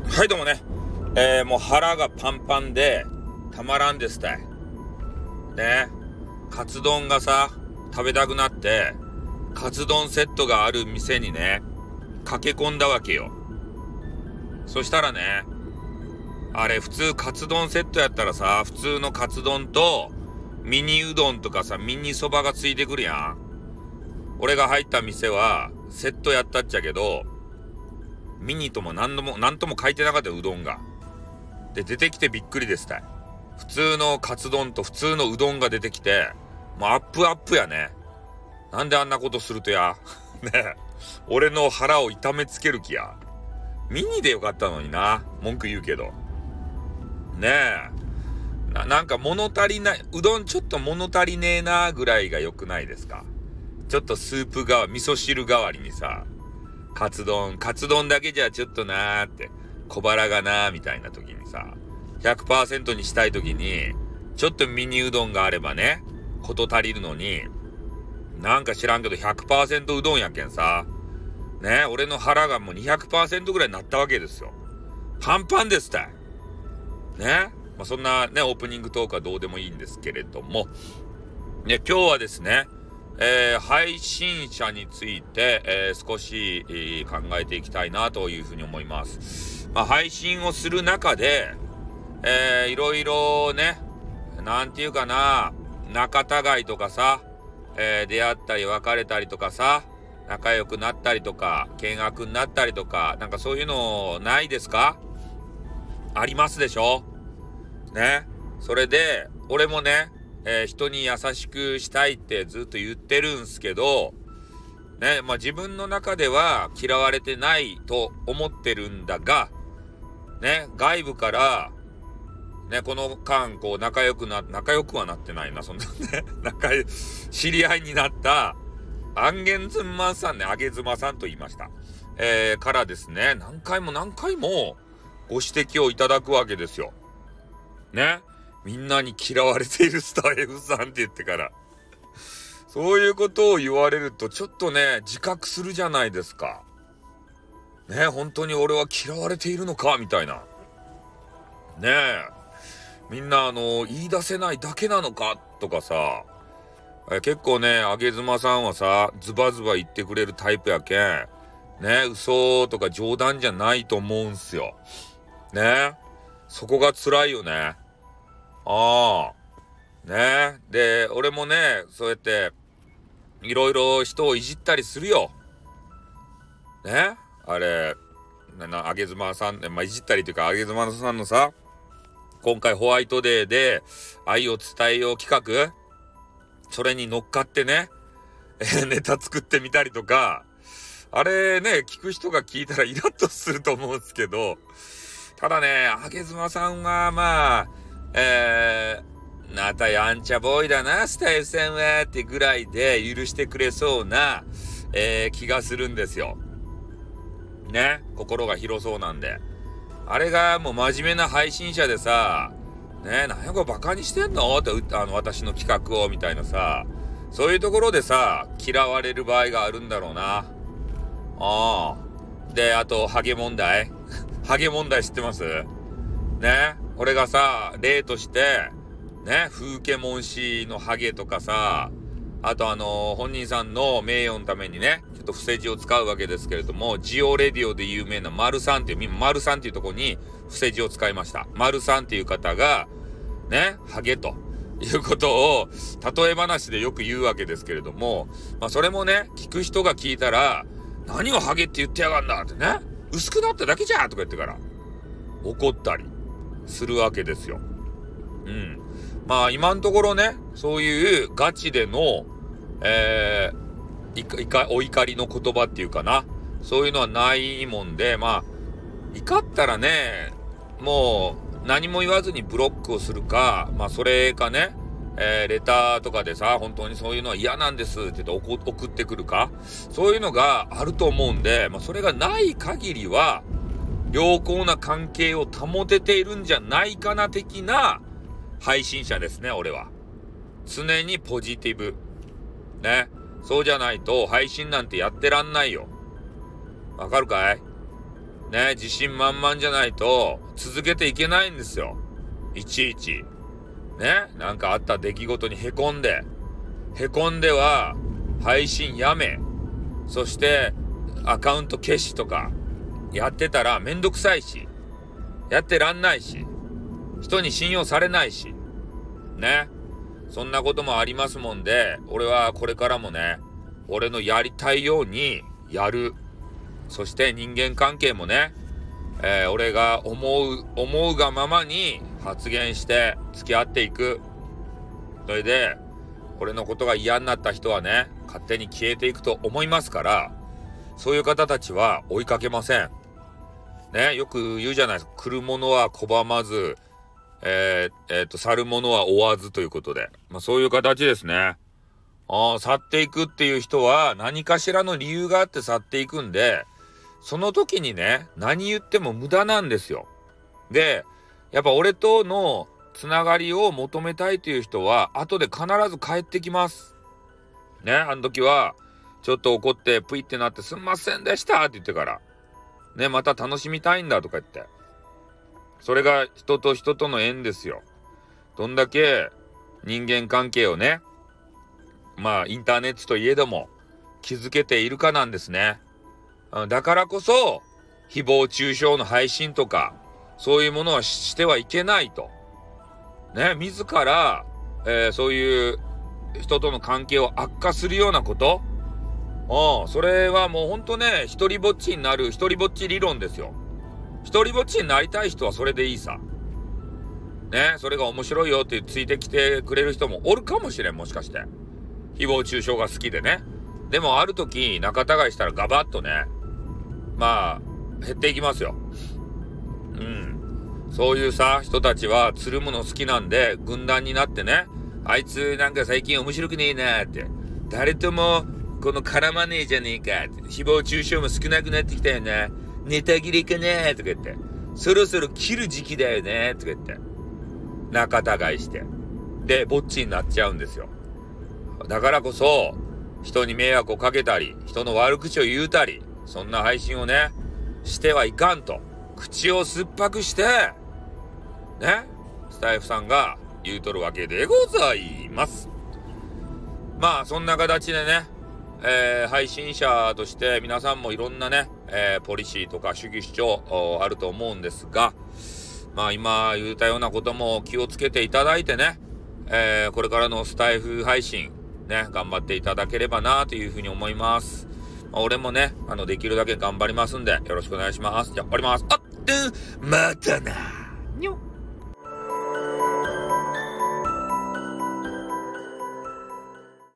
はい、どうもね。もう腹がパンパンでたまらんですたい。ね。カツ丼がさ、食べたくなって、カツ丼セットがある店にね、駆け込んだわけよ。そしたらね、あれ普通カツ丼セットやったらさ、普通のカツ丼とミニうどんとかさ、ミニそばがついてくるやん。俺が入った店はセットやったっちゃけど、ミニともなんとも書いてなかったよ、うどんが。で、出てきてびっくりですたい。普通のカツ丼と普通のうどんが出てきて、もうアップやね。なんであんなことするとや。ねえ。俺の腹を痛めつける気や。ミニでよかったのにな。文句言うけど。ねえ。なんか物足りない、うどんちょっと物足りねえなぐらいが良くないですか。ちょっとスープ味噌汁代わりにさ、カツ丼だけじゃちょっとなーって、小腹がなーみたいな時にさ、100% にしたい時に、ちょっとミニうどんがあればね、こと足りるのに、なんか知らんけど 100% うどんやけんさ、ね、俺の腹がもう 200% ぐらいになったわけですよ。パンパンですたい。ね。まあ、そんなね、オープニングトークはどうでもいいんですけれども、ね、今日はですね、配信者について、少し、考えていきたいなというふうに思います。まあ、配信をする中で、いろいろね、なんていうかな、仲違いとかさ、出会ったり別れたりとかさ、仲良くなったりとか、険悪になったりとか、なんかそういうのないですか？ありますでしょ？ね。それで、俺もね、人に優しくしたいってずっと言ってるんすけど、ね、まあ自分の中では嫌われてないと思ってるんだが、ね、外部から、ね、この間、こう仲良くはなってないな、そんなね、知り合いになった、アンゲンズンマンさんね、あげずまさんと言いました。からですね、何回もご指摘をいただくわけですよ。ね。みんなに嫌われているスター F さんって言ってから。そういうことを言われるとちょっとね、自覚するじゃないですか。ね、本当に俺は嫌われているのかみたいな。ねえ。みんな言い出せないだけなのかとかさ。結構ね、あげずまさんはさ、ズバズバ言ってくれるタイプやけん。ね、嘘とか冗談じゃないと思うんすよ。ね。そこが辛いよね。ああ。ね。で、俺もね、そうやって、いろいろ人をいじったりするよ。ね。あれ、あげずまさん、まあ、いじったりというか、あげずまさんのさ、今回ホワイトデーで愛を伝えよう企画、それに乗っかってね、ネタ作ってみたりとか、あれね、聞く人が聞いたらイラッとすると思うんですけど、ただね、あげずまさんはまあ、またやんちゃボーイだな、スタイル戦はってぐらいで許してくれそうな、気がするんですよ。ね、心が広そうなんで。あれがもう真面目な配信者でさ、ね、なんやこれバカにしてんのって私の企画をみたいなさ、そういうところでさ、嫌われる場合があるんだろうな。ああ。で、あと、ハゲ問題ハゲ問題知ってます？ね。俺がさ、例として、ね、風景文氏のハゲとかさ、あと本人さんの名誉のためにね、ちょっと伏せ字を使うわけですけれども、ジオレディオで有名な丸さんっていう、ところに伏せ字を使いました。丸さんっていう方が、ね、ハゲということを、例え話でよく言うわけですけれども、まあそれもね、聞く人が聞いたら、何をハゲって言ってやがんだってね、薄くなっただけじゃとか言ってから、怒ったりするわけですよ。うん。まあ今のところね、そういうガチでの、お怒りの言葉っていうかな。そういうのはないもんで、まあ、怒ったらね、もう何も言わずにブロックをするか、まあそれかね、レターとかでさ、本当にそういうのは嫌なんですって言って送ってくるか、そういうのがあると思うんで、まあそれがない限りは、良好な関係を保てているんじゃないかな的な配信者ですね、俺は。常にポジティブ。ね。そうじゃないと配信なんてやってらんないよ。わかるかい？ ね、自信満々じゃないと続けていけないんですよ。いちいち。ね、なんかあった出来事にへこんでは配信やめ、そしてアカウント消しとかやってたらめんどくさいし、やってらんないし、人に信用されないし、ね。そんなこともありますもんで、俺はこれからもね、俺のやりたいようにやる。そして人間関係もね、俺が思うがままに発言して付き合っていく。それで、俺のことが嫌になった人はね、勝手に消えていくと思いますから、そういう方たちは追いかけません。ね、よく言うじゃないですか。来る者は拒まず、去る者は追わずということで。そういう形ですね。去っていくっていう人は何かしらの理由があって去っていくんで、その時にね、何言っても無駄なんですよ。で、やっぱ俺とのつながりを求めたいという人は、後で必ず帰ってきます。ね、あの時は、ちょっと怒ってプイってなってすんませんでしたって言ってから、ね、また楽しみたいんだとか言って。それが人と人との縁ですよ。どんだけ人間関係をね、インターネットといえども築けているかなんですね。だからこそ誹謗中傷の配信とかそういうものはしてはいけないとね、自ら、そういう人との関係を悪化するようなこと、それはもうほんとね、一人ぼっちになる一人ぼっち理論ですよ。一人ぼっちになりたい人はそれでいいさね、それが面白いよってついてきてくれる人もおるかもしれん。もしかして誹謗中傷が好きでね。でもある時仲違いしたらガバッとね、減っていきますよ。そういうさ人たちはつるむの好きなんで、軍団になってね、あいつなんか最近面白くねえなって、誰ともこの絡まねえじゃねえかって、誹謗中傷も少なくなってきたよな、ネタ切れかなとか言って、そろそろ切る時期だよねとか言って仲違いして、でぼっちになっちゃうんですよ。だからこそ人に迷惑をかけたり、人の悪口を言うたり、そんな配信をねしてはいかんと、口を酸っぱくしてね、スタイフさんが言うとるわけでございます。そんな形でね、配信者として皆さんもいろんなね、ポリシーとか主義主張あると思うんですが、今言ったようなことも気をつけていただいてね、これからのスタイフ配信ね、頑張っていただければなというふうに思います。俺もね、できるだけ頑張りますんでよろしくお願いします。じゃあ終わります。またなにょ。